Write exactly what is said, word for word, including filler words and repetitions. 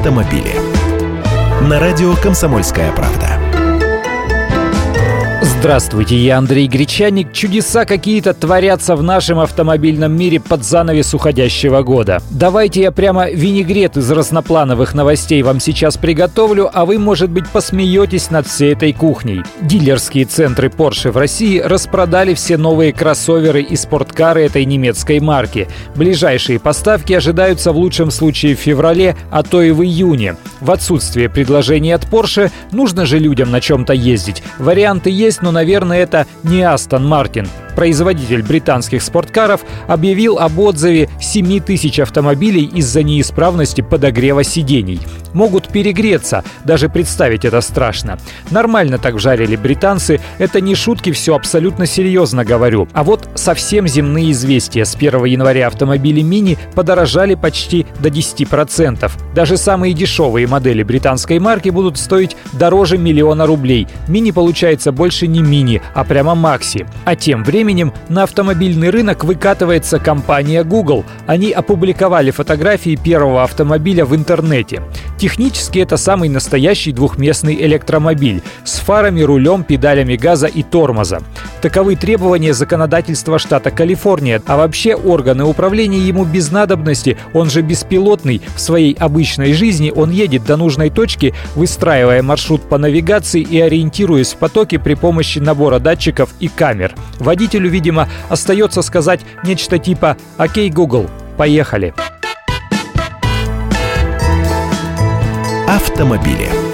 автомобили. На радио «Комсомольская правда». Здравствуйте, я Андрей Гречаник. Чудеса какие-то творятся в нашем автомобильном мире под занавес уходящего года. Давайте я прямо винегрет из разноплановых новостей вам сейчас приготовлю, а вы, может быть, посмеетесь над всей этой кухней. Дилерские центры Porsche в России распродали все новые кроссоверы и спорткары этой немецкой марки. Ближайшие поставки ожидаются в лучшем случае в феврале, а то и в июне. В отсутствие предложений от Porsche нужно же людям на чем-то ездить. Варианты есть, но, наверное, это не Aston Martin. Производитель британских спорткаров объявил об отзыве семь тысяч автомобилей из-за неисправности подогрева сидений. Могут перегреться, даже представить это страшно. Нормально так вжарили британцы, это не шутки, все абсолютно серьезно говорю. А вот совсем земные известия. С первого января автомобили Mini подорожали почти до десяти процентов. Даже самые дешевые модели британской марки будут стоить дороже миллиона рублей. Mini получается больше не Mini, а прямо Maxi. А тем временем Временем на автомобильный рынок выкатывается компания Google. Они опубликовали фотографии первого автомобиля в интернете. Технически это самый настоящий двухместный электромобиль с фарами, рулем, педалями газа и тормоза. Таковы требования законодательства штата Калифорния. А вообще органы управления ему без надобности, он же беспилотный. В своей обычной жизни он едет до нужной точки, выстраивая маршрут по навигации и ориентируясь в потоке при помощи набора датчиков и камер. Водителю, видимо, остается сказать нечто типа «Окей, Google, поехали». Автомобили.